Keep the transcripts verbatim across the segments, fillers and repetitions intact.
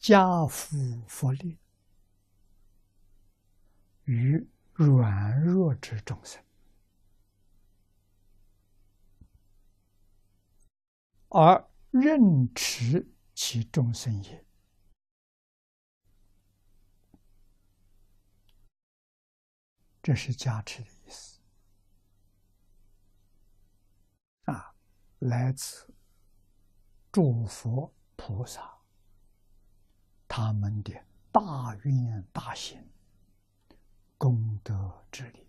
加福佛力于软弱之众生，而任持其众生也。这是加持的意思啊，来自诸佛菩萨他们的大愿大行、功德之力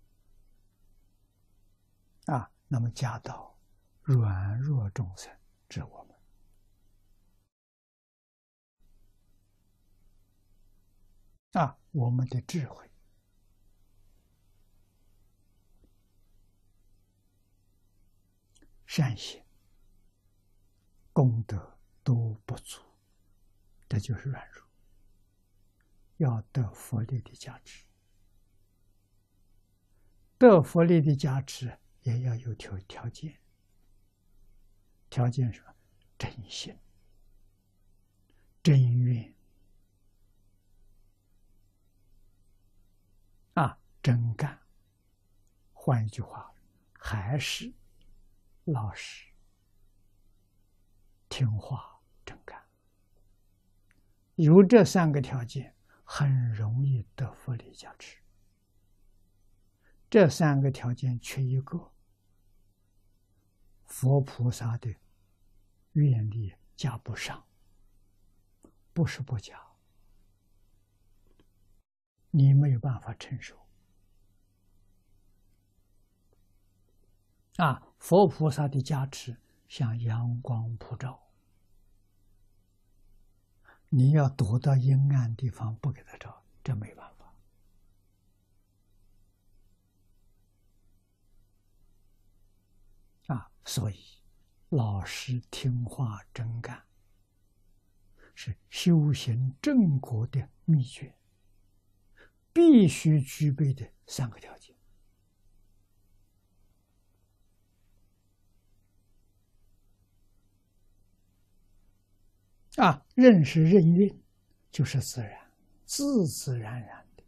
啊，那么加到软弱众生之我们啊，我们的智慧、善行、功德都不足，这就是软弱，要得佛力的加持。得佛力的加持也要有条条件，条件是什么？真心、真愿啊，真干。换一句话，还是老实、听话、真干。有这三个条件，很容易得佛力加持。这三个条件缺一个，佛菩萨的愿力加不上，不是不加，你没有办法承受啊！佛菩萨的加持像阳光普照，你要躲到阴暗地方不给他照，这没办法。啊，所以老实听话真干是修行正果的秘诀，必须具备的三个条件啊。任是任运，就是自然，自自然然的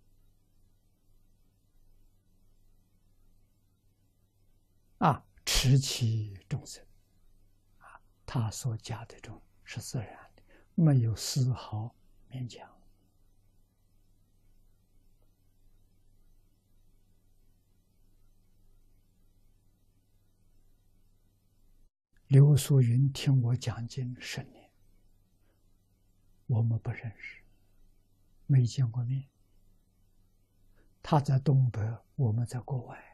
啊。持其众生啊，他所加的众是自然的，没有丝毫勉强。刘素云听我讲经十年，我们不认识，没见过面。他在东北，我们在国外。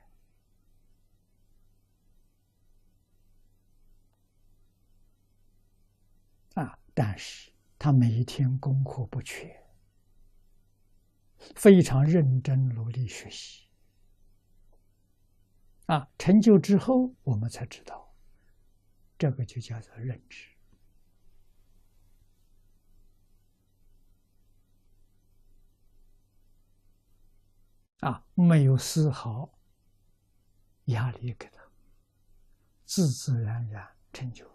啊！但是他每一天功课不缺，非常认真努力学习。啊，成就之后，我们才知道，这个就叫做认知。啊，没有丝毫压力给他，自自然然成就。